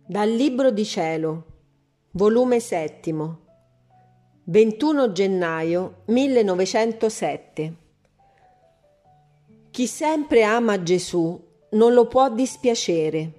Dal Libro di Cielo, volume 7, 21 gennaio 1907. Chi sempre ama Gesù non lo può dispiacere.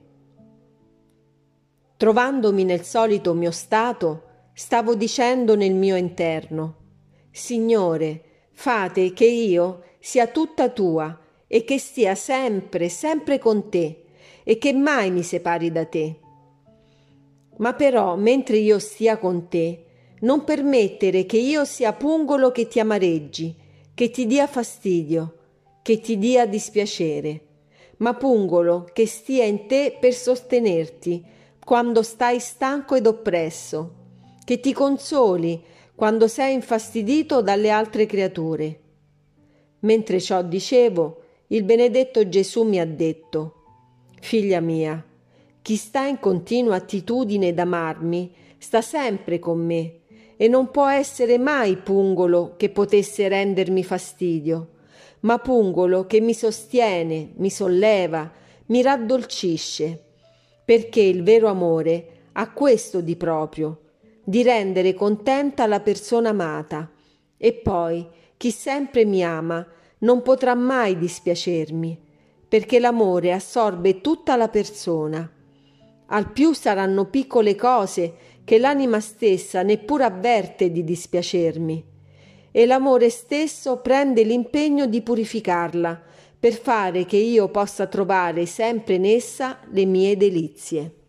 Trovandomi nel solito mio stato, stavo dicendo nel mio interno: Signore, fate che io sia tutta tua e che stia sempre, sempre con te e che mai mi separi da te. Ma però, mentre io stia con te, non permettere che io sia pungolo che ti amareggi, che ti dia fastidio, che ti dia dispiacere, ma pungolo che stia in te per sostenerti quando stai stanco ed oppresso, che ti consoli quando sei infastidito dalle altre creature. Mentre ciò dicevo, il benedetto Gesù mi ha detto: Figlia mia, chi sta in continua attitudine d'amarmi sta sempre con me e non può essere mai pungolo che potesse rendermi fastidio, ma pungolo che mi sostiene, mi solleva, mi raddolcisce, perché il vero amore ha questo di proprio, di rendere contenta la persona amata. E poi chi sempre mi ama non potrà mai dispiacermi, perché l'amore assorbe tutta la persona. Al più saranno piccole cose che l'anima stessa neppure avverte di dispiacermi, e l'amore stesso prende l'impegno di purificarla per fare che io possa trovare sempre in essa le mie delizie.